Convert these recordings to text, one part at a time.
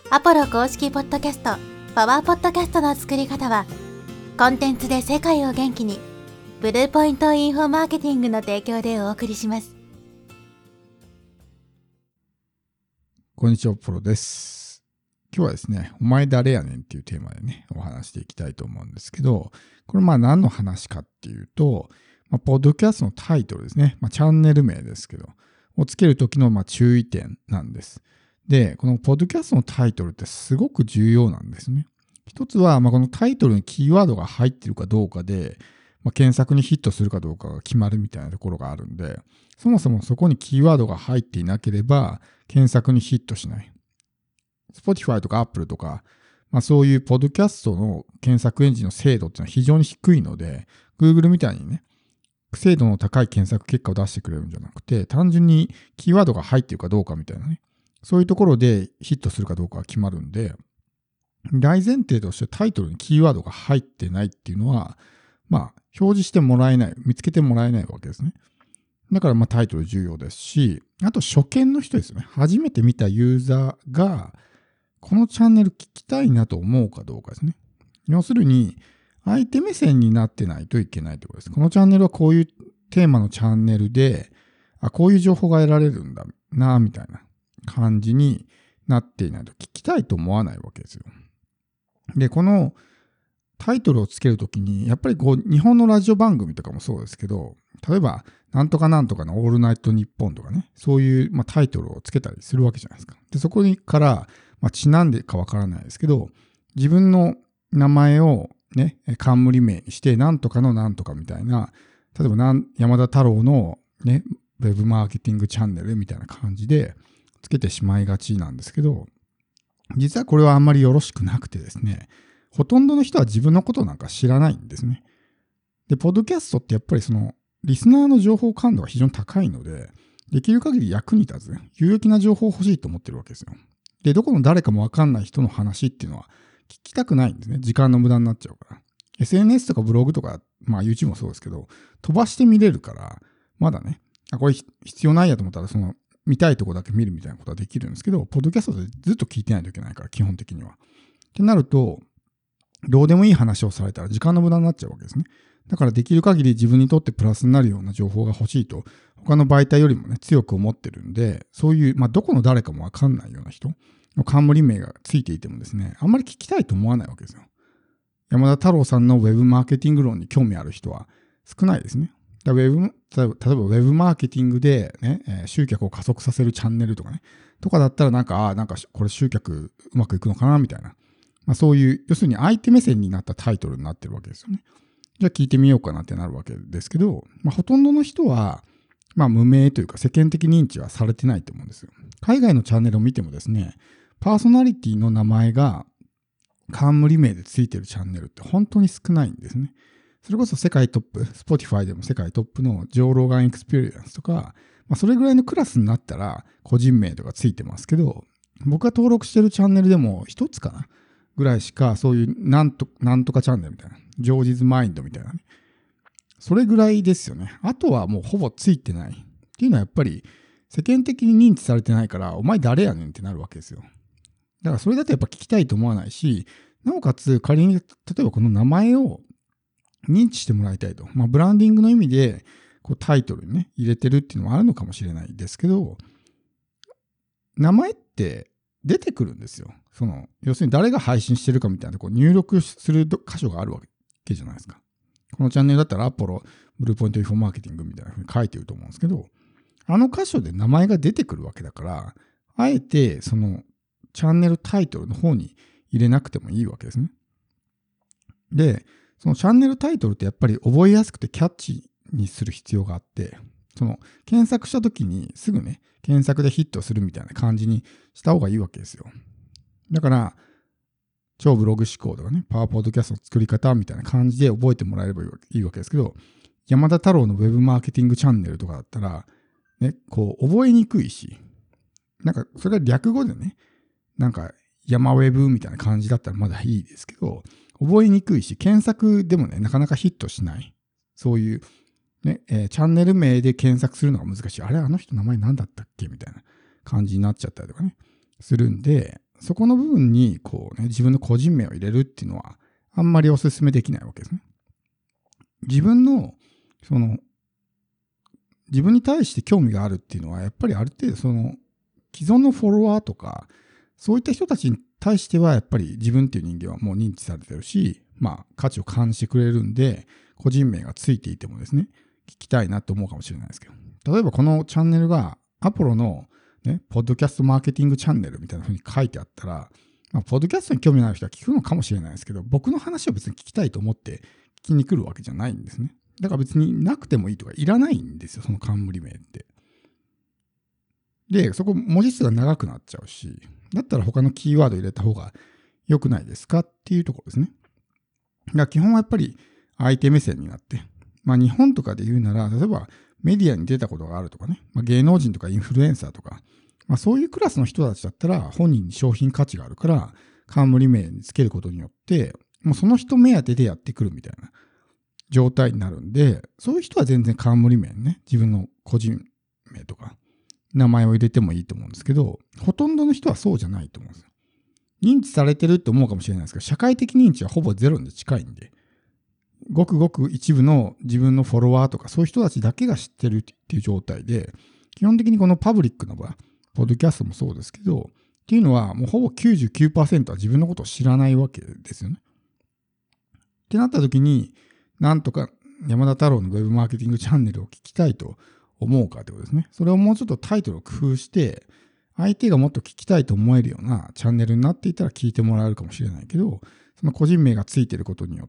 アポロ公式ポッドキャスト、パワーポッドキャストの作り方は、コンテンツで世界を元気に、ブルーポイントインフォマーケティングの提供でお送りします。 こんにちは、ポロです。今日はですね、お前誰やねんっていうテーマでね、お話していきたいと思うんですけど、これ何の話かっていうと、ポッドキャストのタイトルですね、チャンネル名ですけど、をつけるときの注意点なんです。で、このポッドキャストのタイトルってすごく重要なんですね。一つは、このタイトルにキーワードが入っているかどうかで、検索にヒットするかどうかが決まるみたいなところがあるんで、そもそもそこにキーワードが入っていなければ、検索にヒットしない。Spotify とか Apple とか、そういうポッドキャストの検索エンジンの精度っていうのは非常に低いので、Google みたいにね、精度の高い検索結果を出してくれるんじゃなくて、単純にキーワードが入っているかどうかみたいなね、そういうところでヒットするかどうかが決まるんで、大前提としてタイトルにキーワードが入ってないっていうのは、表示してもらえない、見つけてもらえないわけですね。だからタイトル重要ですし、あと初見の人ですね。初めて見たユーザーが、このチャンネル聞きたいなと思うかどうかですね。要するに、相手目線になってないといけないということです。このチャンネルはこういうテーマのチャンネルで、こういう情報が得られるんだな、みたいな感じになっていないと聞きたいと思わないわけですよ。で、このタイトルをつけるときに、やっぱり日本のラジオ番組とかもそうですけど、例えば、なんとかなんとかのオールナイトニッポンとかね、そういうタイトルをつけたりするわけじゃないですか。で、そこから、ちなんでかわからないですけど、自分の名前をね、冠名にして、なんとかのなんとかみたいな、例えば山田太郎のね、ウェブマーケティングチャンネルみたいな感じでつけてしまいがちなんですけど、実はこれはあんまりよろしくなくてですね、ほとんどの人は自分のことなんか知らないんですね。で、ポッドキャストってやっぱりリスナーの情報感度が非常に高いので、できる限り役に立つ、有益な情報を欲しいと思ってるわけですよ。で、どこの誰かもわかんない人の話っていうのは聞きたくないんですね。時間の無駄になっちゃうから。SNS とかブログとか、YouTube もそうですけど、飛ばして見れるから、まだね、これ必要ないやと思ったら、見たいとこだけ見るみたいなことはできるんですけど、ポッドキャストでずっと聞いてないといけないから、基本的には。ってなると、どうでもいい話をされたら時間の無駄になっちゃうわけですね。だからできる限り自分にとってプラスになるような情報が欲しいと、他の媒体よりもね、強く思ってるんで、そういう、どこの誰かもわかんないような人の冠名がついていてもですね、あんまり聞きたいと思わないわけですよ。山田太郎さんのウェブマーケティング論に興味ある人は少ないですね。例えばウェブマーケティングで、ね、集客を加速させるチャンネルとかね、とかだったらこれ集客うまくいくのかなみたいな。そういう、要するに相手目線になったタイトルになってるわけですよね。じゃあ聞いてみようかなってなるわけですけど、ほとんどの人は、無名というか世間的認知はされてないと思うんですよ。海外のチャンネルを見てもですね、パーソナリティの名前が冠名でついてるチャンネルって本当に少ないんですね。それこそ世界トップ、Spotify でも世界トップのジョー・ローガン・エクスペリエンスとか、それぐらいのクラスになったら個人名とかついてますけど、僕が登録してるチャンネルでも一つかなぐらいしか、そういうなんとかチャンネルみたいな、ジョージズ・マインドみたいなね。それぐらいですよね。あとはもうほぼついてない。っていうのはやっぱり世間的に認知されてないから、お前誰やねんってなるわけですよ。だからそれだとやっぱ聞きたいと思わないし、なおかつ仮に例えばこの名前を認知してもらいたいと。ブランディングの意味でタイトルにね、入れてるっていうのもあるのかもしれないですけど、名前って出てくるんですよ。要するに誰が配信してるかみたいな入力する箇所があるわけじゃないですか。このチャンネルだったらアポロ、ブルーポイントインフォマーケティングみたいな風に書いてると思うんですけど、あの箇所で名前が出てくるわけだから、あえてチャンネルタイトルの方に入れなくてもいいわけですね。で、そのチャンネルタイトルってやっぱり覚えやすくてキャッチにする必要があって、検索した時にすぐね、検索でヒットするみたいな感じにした方がいいわけですよ。だから、超ブログ思考とかね、パワーポッドキャストの作り方みたいな感じで覚えてもらえればいいわけですけど、山田太郎のウェブマーケティングチャンネルとかだったら、ね、覚えにくいし、それが略語でね、山ウェブみたいな感じだったらまだいいですけど、覚えにくいし、検索でもね、なかなかヒットしない。そういう、ね、チャンネル名で検索するのが難しい。あれ、あの人名前何だったっけみたいな感じになっちゃったりとかね、するんで、 そこの部分にこうね、自分の個人名を入れるっていうのはあんまりお勧めできないわけですね。自分に対して興味があるっていうのはやっぱりある程度既存のフォロワーとかそういった人たちに対してはやっぱり自分っていう人間はもう認知されてるし、価値を感じてくれるんで、個人名がついていてもですね、聞きたいなと思うかもしれないですけど、例えばこのチャンネルがアポロのね、ポッドキャストマーケティングチャンネルみたいな風に書いてあったら、ポッドキャストに興味のある人は聞くのかもしれないですけど、僕の話を別に聞きたいと思って聞きに来るわけじゃないんですね。だから別になくてもいいとかいらないんですよ、その冠名って。で、そこ文字数が長くなっちゃうし、だったら他のキーワード入れた方が良くないですかっていうところですね。だから基本はやっぱり相手目線になって、日本とかで言うなら、例えばメディアに出たことがあるとかね、芸能人とかインフルエンサーとか、そういうクラスの人たちだったら本人に商品価値があるから、冠名につけることによって、もうその人目当てでやってくるみたいな状態になるんで、そういう人は全然冠名にね、自分の個人名とか、名前を入れてもいいと思うんですけど、ほとんどの人はそうじゃないと思うんですよ。認知されてるって思うかもしれないですけど、社会的認知はほぼゼロに近いんで、ごくごく一部の自分のフォロワーとかそういう人たちだけが知ってるっていう状態で、基本的にこのパブリックの場、ポッドキャストもそうですけど、っていうのはもうほぼ 99% は自分のことを知らないわけですよね。ってなった時に、なんとか山田太郎のウェブマーケティングチャンネルを聞きたいと思うかってことですね。それをもうちょっとタイトルを工夫して、相手がもっと聞きたいと思えるようなチャンネルになっていたら聞いてもらえるかもしれないけど、その個人名がついてることによって、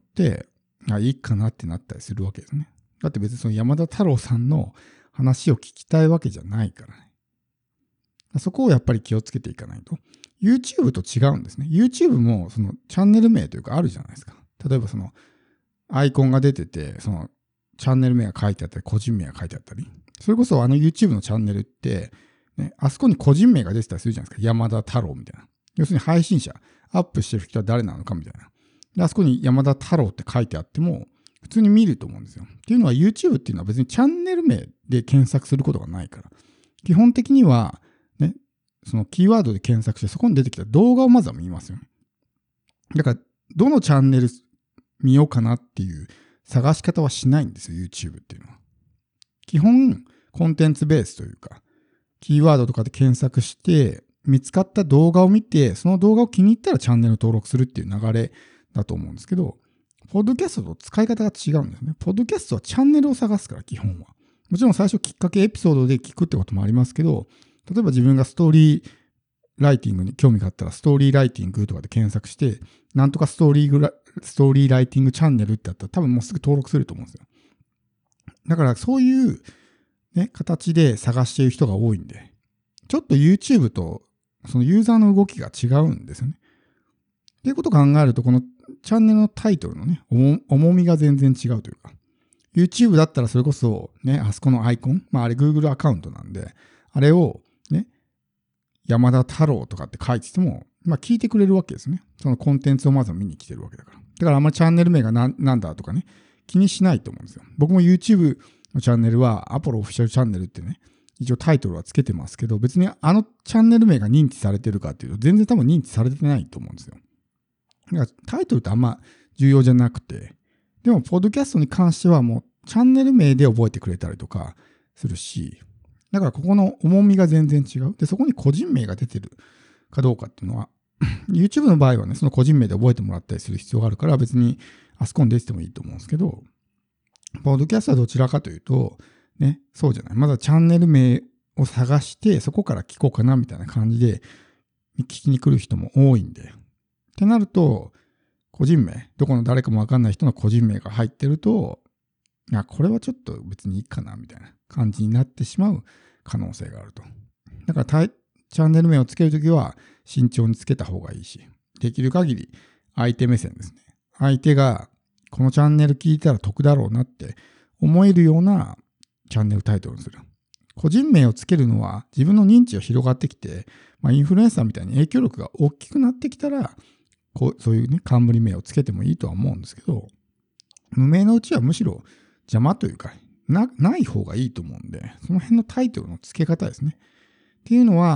いいかなってなったりするわけですね。だって別にその山田太郎さんの話を聞きたいわけじゃないからね。そこをやっぱり気をつけていかないと。YouTube と違うんですね。YouTube もそのチャンネル名というかあるじゃないですか。例えばそのアイコンが出てて、そのチャンネル名が書いてあったり、個人名が書いてあったり。それこそYouTube のチャンネルって、ね、あそこに個人名が出てたりするじゃないですか。山田太郎みたいな。要するに配信者、アップしてる人は誰なのかみたいな。で、あそこに山田太郎って書いてあっても、普通に見ると思うんですよ。っていうのは YouTube っていうのは別にチャンネル名で検索することがないから。基本的には、ね、そのキーワードで検索してそこに出てきた動画をまずは見ますよね。だから、どのチャンネル見ようかなっていう探し方はしないんですよ、YouTube っていうのは。基本、コンテンツベースというか、キーワードとかで検索して、見つかった動画を見て、その動画を気に入ったらチャンネル登録するっていう流れだと思うんですけど、ポッドキャストと使い方が違うんですね。ポッドキャストはチャンネルを探すから、基本は。もちろん最初きっかけエピソードで聞くってこともありますけど、例えば自分がストーリーライティングに興味があったら、ストーリーライティングとかで検索して、なんとかストーリーライティングチャンネルってあったら多分もうすぐ登録すると思うんですよ。だからそういうね、形で探している人が多いんで、ちょっと YouTube とそのユーザーの動きが違うんですよね。っていうことを考えると、このチャンネルのタイトルのね、重みが全然違うというか、YouTube だったらそれこそね、あそこのアイコン、あれ Google アカウントなんで、あれをね、山田太郎とかって書いてても、聞いてくれるわけですね。そのコンテンツをまず見に来てるわけだから。だからあんまりチャンネル名がなんだとかね、気にしないと思うんですよ。僕も YouTube のチャンネルはアポロオフィシャルチャンネルってね、一応タイトルはつけてますけど、別にあのチャンネル名が認知されてるかっていうと、全然多分認知されてないと思うんですよ。だからタイトルってあんま重要じゃなくて、でも、ポッドキャストに関してはもうチャンネル名で覚えてくれたりとかするし、だからここの重みが全然違う。で、そこに個人名が出てるかどうかっていうのは、YouTube の場合はね、その個人名で覚えてもらったりする必要があるから、別にあそこに出ててもいいと思うんですけど、ポッドキャストはどちらかというと、ね、そうじゃない。まだチャンネル名を探して、そこから聞こうかなみたいな感じで、聞きに来る人も多いんで。ってなると、個人名、どこの誰かもわかんない人の個人名が入ってると、これはちょっと別にいいかなみたいな感じになってしまう可能性があると。だからチャンネル名をつけるときは慎重につけた方がいいし、できる限り相手目線ですね。相手がこのチャンネル聞いたら得だろうなって思えるようなチャンネルタイトルにする。個人名をつけるのは自分の認知が広がってきて、インフルエンサーみたいに影響力が大きくなってきたら、そういうね、冠名をつけてもいいとは思うんですけど、無名のうちはむしろ邪魔というか、ない方がいいと思うんで、その辺のタイトルの付け方ですね。っていうのは、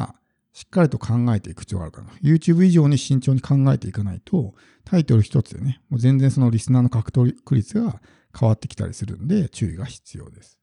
しっかりと考えていく必要があるから、YouTube 以上に慎重に考えていかないと、タイトル一つでね、もう全然そのリスナーの獲得率が変わってきたりするんで、注意が必要です。